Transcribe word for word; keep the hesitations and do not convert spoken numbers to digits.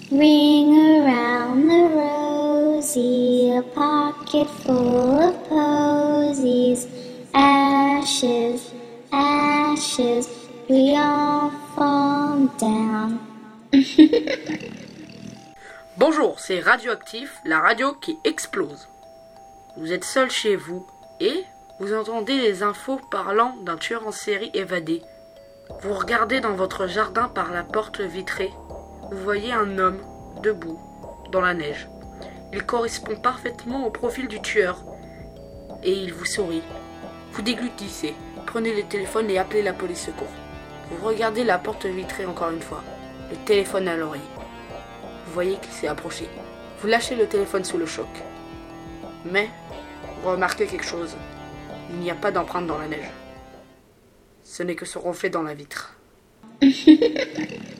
Ring around the rosy, a pocket full of posies. Ashes, ashes, we all fall down. Bonjour, c'est Radioactif, la radio qui explose. Vous êtes seul chez vous et vous entendez les infos parlant d'un tueur en série évadé. Vous regardez dans votre jardin par la porte vitrée. Vous voyez un homme debout dans la neige. Il correspond parfaitement au profil du tueur et il vous sourit. Vous déglutissez, prenez le téléphone et appelez la police secours. Vous regardez la porte vitrée encore une fois, le téléphone à l'oreille. Vous voyez qu'il s'est approché. Vous lâchez le téléphone sous le choc. Mais vous remarquez quelque chose. Il n'y a pas d'empreinte dans la neige. Ce n'est que son reflet dans la vitre.